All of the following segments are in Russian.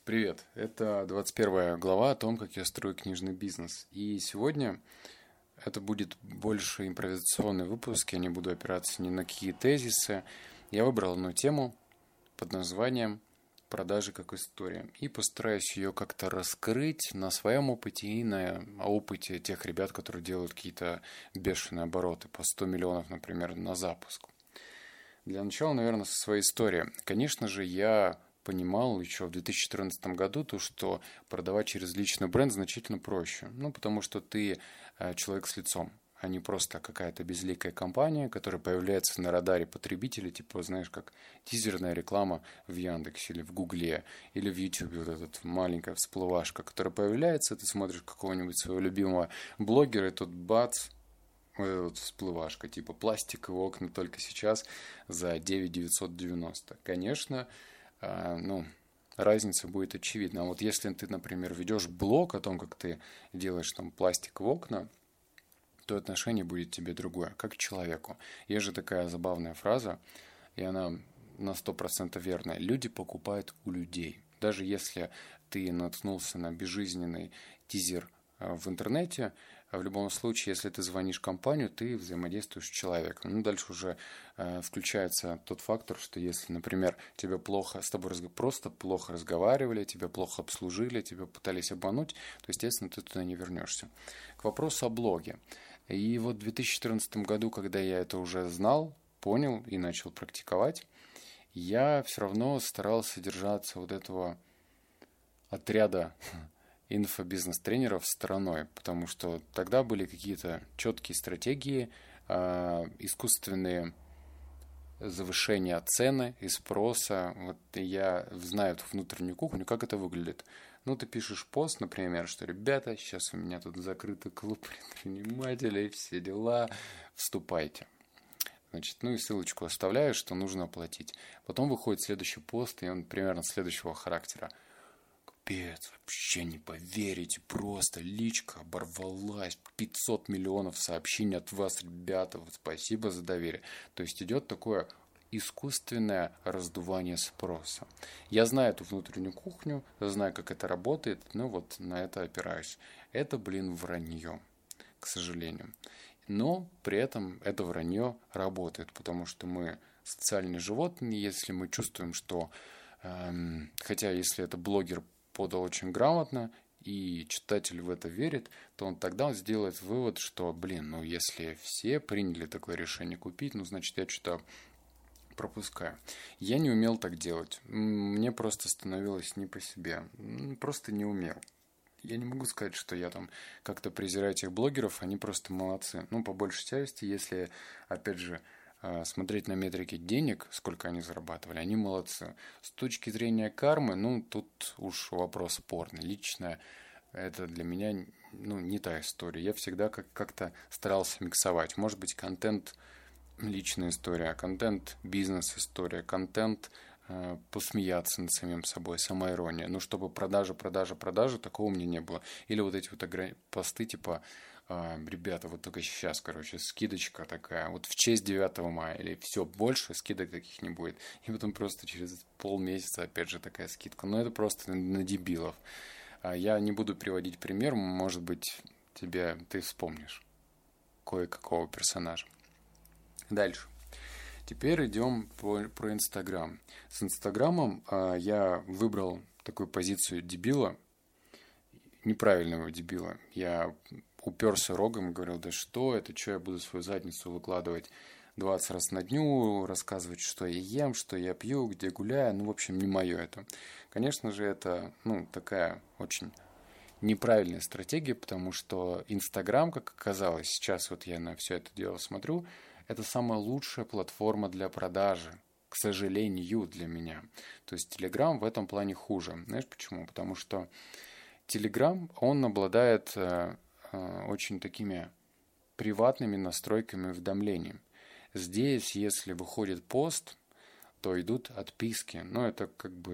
Привет, это 21 глава о том, как я строю книжный бизнес. И сегодня это будет больше импровизационный выпуск, я не буду опираться ни на какие тезисы. Я выбрал одну тему под названием «Продажи как история» и постараюсь ее как-то раскрыть на своем опыте и на опыте тех ребят, которые делают какие-то бешеные обороты по 100 миллионов, например, на запуск. Для начала, наверное, со своей истории. Конечно же, я понимал еще в 2014 году то, что продавать через личный бренд значительно проще. Ну, потому что ты человек с лицом, а не просто какая-то безликая компания, которая появляется на радаре потребителя, типа, знаешь, как тизерная реклама в Яндексе или в Гугле, или в Ютубе, вот эта маленькая всплывашка, которая появляется, ты смотришь какого-нибудь своего любимого блогера, и тут бац, вот всплывашка, типа пластиковые окна только сейчас за 9 990. Конечно, разница будет очевидна. А вот если ты, например, ведешь блог о том, как ты делаешь там пластиковые окна, то отношение будет тебе другое, как к человеку. Есть же такая забавная фраза, и она на 100% верная. Люди покупают у людей. Даже если ты наткнулся на безжизненный тизер в интернете, в любом случае, если ты звонишь компанию, ты взаимодействуешь с человеком. Ну, дальше уже включается тот фактор, что если, например, тебе плохо, с тобой просто плохо разговаривали, тебя плохо обслужили, тебя пытались обмануть, то, естественно, ты туда не вернешься. К вопросу о блоге. И вот в 2014 году, когда я это уже знал, понял и начал практиковать, я все равно старался держаться вот этого отряда инфобизнес-тренеров стороной, потому что тогда были какие-то четкие стратегии, искусственные завышения цены и спроса. Вот я знаю эту внутреннюю кухню, как это выглядит. Ну, ты пишешь пост, например, что ребята, сейчас у меня тут закрытый клуб предпринимателей, все дела, вступайте. Значит, ну и ссылочку оставляю, что нужно оплатить. Потом выходит следующий пост, и он примерно следующего характера. Капец, вообще не поверите, просто личка оборвалась, 500 миллионов сообщений от вас, ребята, вот спасибо за доверие. То есть идет такое искусственное раздувание спроса. Я знаю эту внутреннюю кухню, знаю, как это работает, но вот на это опираюсь. Это, вранье, к сожалению. Но при этом это вранье работает, потому что мы социальные животные, если мы чувствуем, что хотя если это блогер подал очень грамотно, и читатель в это верит, то он тогда сделает вывод, что, если все приняли такое решение купить, значит, я что-то пропускаю. Я не умел так делать. Мне просто становилось не по себе. Просто не умел. Я не могу сказать, что я там как-то презираю этих блогеров, они просто молодцы. По большей части, если, опять же, смотреть на метрики денег, сколько они зарабатывали, они молодцы. С точки зрения кармы, тут уж вопрос спорный. Лично это для меня, не та история. Я всегда как-то старался миксовать. Может быть, контент личная история, контент бизнес-история, контент посмеяться над самим собой, самоирония. Чтобы продажа, такого у меня не было. Или вот эти вот посты типа ребята, вот только сейчас, скидочка такая, вот в честь 9 мая, или все, больше скидок таких не будет. И потом просто через полмесяца опять же такая скидка. Но это просто на дебилов. Я не буду приводить пример, может быть, ты вспомнишь кое-какого персонажа. Дальше. Теперь идем про Инстаграм. С Инстаграмом я выбрал такую позицию дебила, неправильного дебила. Я уперся рогом и говорил, да что я буду свою задницу выкладывать 20 раз на дню, рассказывать, что я ем, что я пью, где гуляю. В общем, не мое это. Конечно же, это, такая очень неправильная стратегия, потому что Инстаграм, как оказалось, сейчас вот я на все это дело смотрю, это самая лучшая платформа для продажи, к сожалению, для меня. То есть Телеграм в этом плане хуже. Знаешь почему? Потому что Телеграм, он обладает очень такими приватными настройками уведомлений. Здесь, если выходит пост, то идут отписки. Это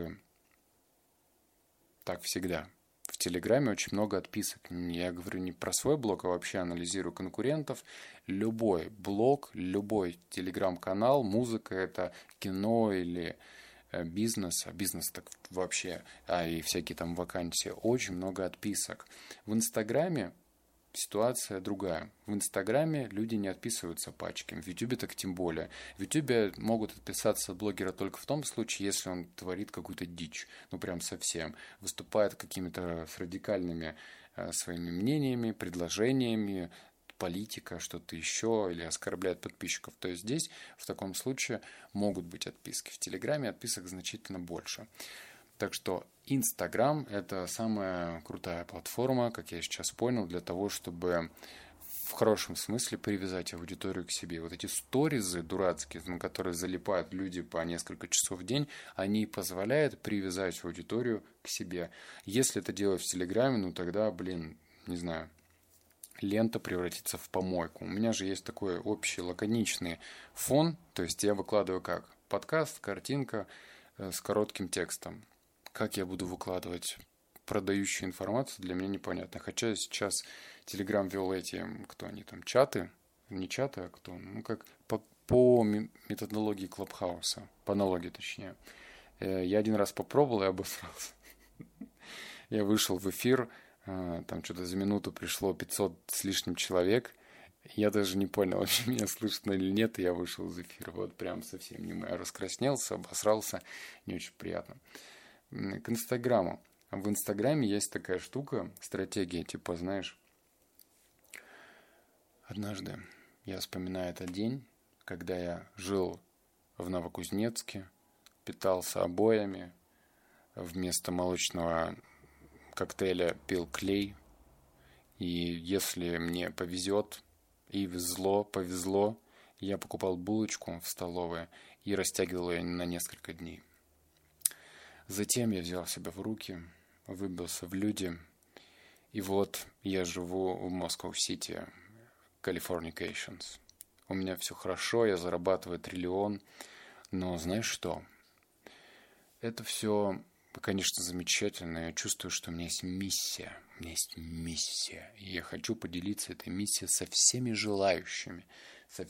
так всегда. В Телеграме очень много отписок. Я говорю не про свой блог, а вообще анализирую конкурентов. Любой блог, любой телеграм-канал, музыка, это кино или бизнес так вообще, и всякие там вакансии, очень много отписок. В Инстаграме ситуация другая. В Инстаграме люди не отписываются пачками, в Ютубе так тем более. В Ютубе могут отписаться от блогера только в том случае, если он творит какую-то дичь, ну прям совсем, выступает какими-то с радикальными своими мнениями, предложениями, политика, что-то еще, или оскорбляет подписчиков. То есть здесь в таком случае могут быть отписки. В Телеграме отписок значительно больше. Так что Инстаграм – это самая крутая платформа, как я сейчас понял, для того, чтобы в хорошем смысле привязать аудиторию к себе. Вот эти сторизы дурацкие, на которые залипают люди по несколько часов в день, они позволяют привязать аудиторию к себе. Если это делать в Телеграме, ну тогда, не знаю, лента превратится в помойку. У меня же есть такой общий лаконичный фон, то есть я выкладываю как? Подкаст, картинка с коротким текстом. Как я буду выкладывать продающую информацию, для меня непонятно. Хотя сейчас Telegram ввел эти, кто они там, чаты? Не чаты, а кто? Ну, как по методологии Клабхауса, по аналогии точнее. Я один раз попробовал и обосрался. Я вышел в эфир, там что-то за минуту пришло 500 с лишним человек. Я даже не понял, вообще меня слышно или нет, и я вышел из эфира. Вот прям совсем не я раскраснелся, обосрался, не очень приятно. К Инстаграму. В Инстаграме есть такая штука, стратегия, типа, знаешь, однажды я вспоминаю этот день, когда я жил в Новокузнецке, питался обоями, вместо молочного коктейля пил клей, и если мне повезет, и повезло, я покупал булочку в столовой и растягивал ее на несколько дней. Затем я взял себя в руки, выбился в люди, и вот я живу в Москва-Сити, Californications. У меня все хорошо, я зарабатываю триллион, но знаешь что? Это все, конечно, замечательно. Я чувствую, что у меня есть миссия. У меня есть миссия. И я хочу поделиться этой миссией со всеми желающими. Со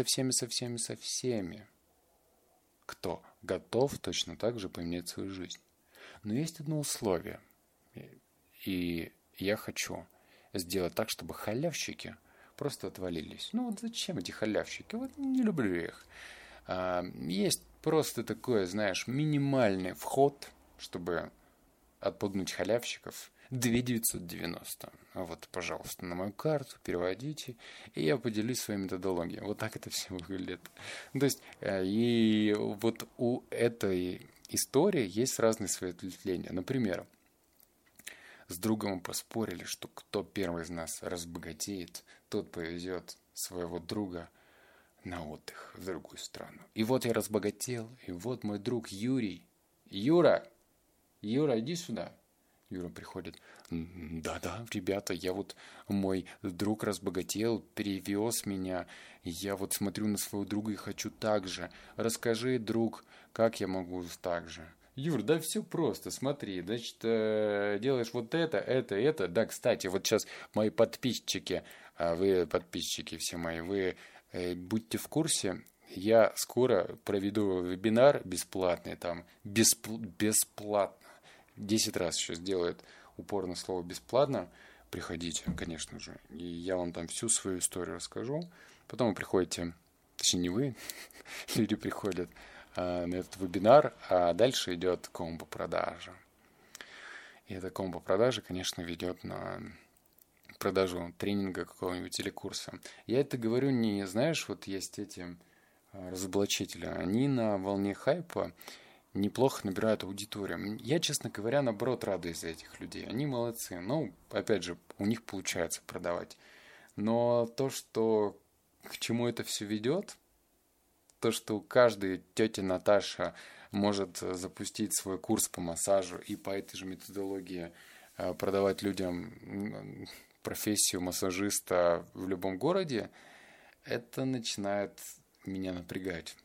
всеми, кто готов точно так же поменять свою жизнь. Но есть одно условие. И я хочу сделать так, чтобы халявщики просто отвалились. Ну вот зачем эти халявщики? Вот не люблю их. Есть просто такой, знаешь, минимальный вход, чтобы отпугнуть халявщиков. 2990. Вот, пожалуйста, на мою карту переводите, и я поделюсь своей методологией. Вот так это все выглядит. То есть, и вот у этой истории есть разные свои ответвления. Например, с другом мы поспорили, что кто первый из нас разбогатеет, тот повезет своего друга на отдых в другую страну. И вот я разбогател, и вот мой друг Юрий. Юра, иди сюда. Юра приходит. Да, ребята, мой друг разбогател, перевез меня. Я вот смотрю на своего друга и хочу так же. Расскажи, друг, как я могу так же? Юр, да все просто, смотри, значит, делаешь вот это. Да, кстати, вот сейчас мои подписчики, вы подписчики все мои, вы будьте в курсе, я скоро проведу вебинар бесплатный, там, бесплатно. 10 раз еще сделает упор на слово «бесплатно». Приходите, конечно же. И я вам там всю свою историю расскажу. Потом вы приходите, точнее не вы, люди приходят на этот вебинар, а дальше идет комбо-продажа. И эта комбо-продажа, конечно, ведет на продажу тренинга какого-нибудь или курса. Я это говорю не, знаешь, вот есть эти разоблачители. Они на волне хайпа неплохо набирают аудиторию. Я, честно говоря, наоборот, радуюсь за этих людей. Они молодцы. Ну, опять же, у них получается продавать. Но то, что к чему это все ведет, то, что каждая тетя Наташа может запустить свой курс по массажу и по этой же методологии продавать людям профессию массажиста в любом городе, это начинает меня напрягать.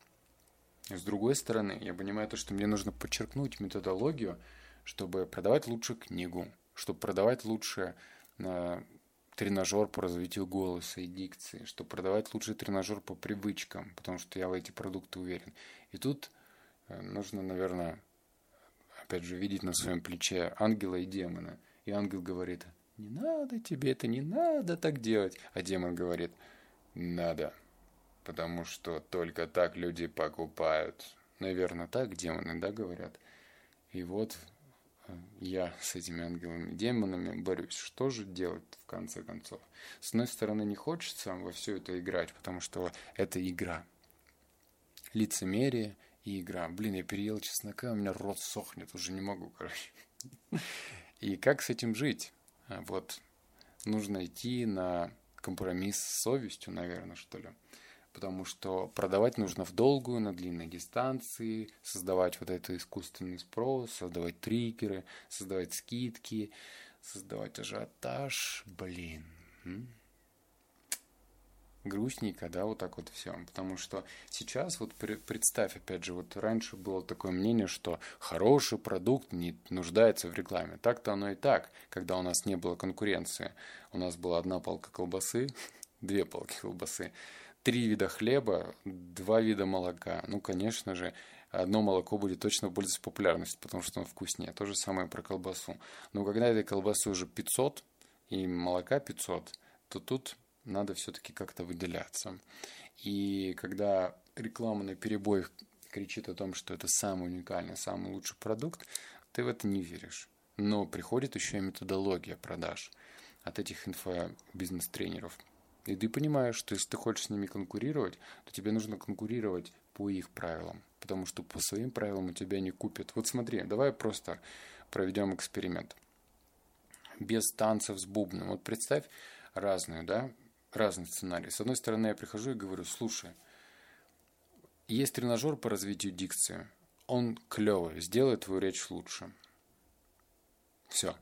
С другой стороны, я понимаю то, что мне нужно подчеркнуть методологию, чтобы продавать лучше книгу, чтобы продавать лучше тренажер по развитию голоса и дикции, чтобы продавать лучше тренажер по привычкам, потому что я в эти продукты уверен. И тут нужно, наверное, опять же, видеть на своем плече ангела и демона. И ангел говорит: не надо тебе это, не надо так делать. А демон говорит: надо, потому что только так люди покупают. Наверное, так демоны, да, говорят. И вот я с этими ангелами и демонами борюсь. Что же делать в конце концов? С одной стороны, не хочется во все это играть, потому что это игра. Лицемерие и игра. Блин, я переел чеснока, у меня рот сохнет, уже не могу, короче. И как с этим жить? Вот нужно идти на компромисс с совестью, наверное, что ли. Потому что продавать нужно в долгую, на длинной дистанции, создавать вот этот искусственный спрос, создавать триггеры, создавать скидки, создавать ажиотаж. Блин. Грустненько, да, вот так вот все. Потому что сейчас, вот представь, опять же, вот раньше было такое мнение, что хороший продукт не нуждается в рекламе. Так-то оно и так, когда у нас не было конкуренции. У нас была одна палка колбасы, 2 палки колбасы, 3 вида хлеба, 2 вида молока. Ну, конечно же, одно молоко будет точно пользоваться популярностью, потому что оно вкуснее. То же самое про колбасу. Но когда этой колбасы уже 500 и молока 500, то тут надо все-таки как-то выделяться. И когда реклама на перебой кричит о том, что это самый уникальный, самый лучший продукт, ты в это не веришь. Но приходит еще и методология продаж от этих инфобизнес-тренеров. И ты понимаешь, что если ты хочешь с ними конкурировать, то тебе нужно конкурировать по их правилам. Потому что по своим правилам у тебя не купят. Вот смотри, давай просто проведем эксперимент. Без танцев с бубном. Вот представь разные сценарии. С одной стороны, я прихожу и говорю: слушай, есть тренажер по развитию дикции. Он клевый, сделает твою речь лучше. Все.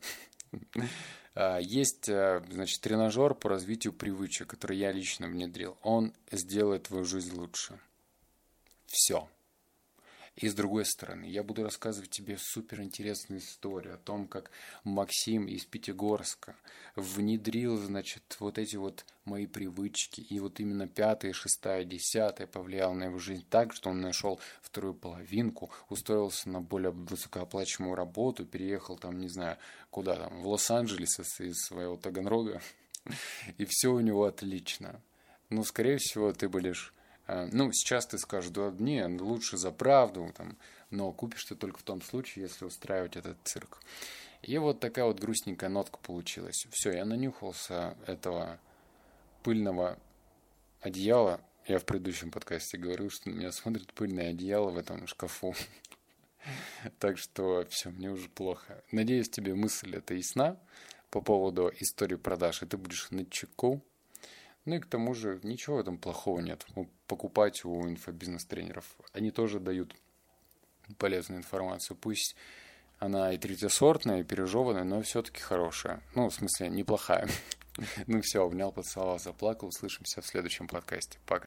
Есть, значит, тренажер по развитию привычек, который я лично внедрил. Он сделает твою жизнь лучше. Все. И с другой стороны, я буду рассказывать тебе суперинтересную историю о том, как Максим из Пятигорска внедрил, значит, вот эти вот мои привычки. И вот именно 5-я, 6-я, 10-я повлиял на его жизнь так, что он нашел вторую половинку, устроился на более высокооплачиваемую работу, переехал там, не знаю, куда там, в Лос-Анджелес из своего Таганрога. И все у него отлично. Ну, скорее всего, ты будешь... Ну, сейчас ты скажешь: да не, лучше за правду, там, но купишь ты только в том случае, если устраивать этот цирк. И вот такая вот грустненькая нотка получилась. Все, я нанюхался этого пыльного одеяла. Я в предыдущем подкасте говорил, что на меня смотрит пыльное одеяло в этом шкафу. Так что все, мне уже плохо. Надеюсь, тебе мысль эта ясна по поводу истории продаж, и ты будешь начеку. Ну и к тому же ничего в этом плохого нет. Покупать у инфобизнес-тренеров. Они тоже дают полезную информацию. Пусть она и третьесортная, и пережеванная, но все-таки хорошая. Ну, в смысле, неплохая. Ну все, обнял, поцеловал, заплакал. Услышимся в следующем подкасте. Пока.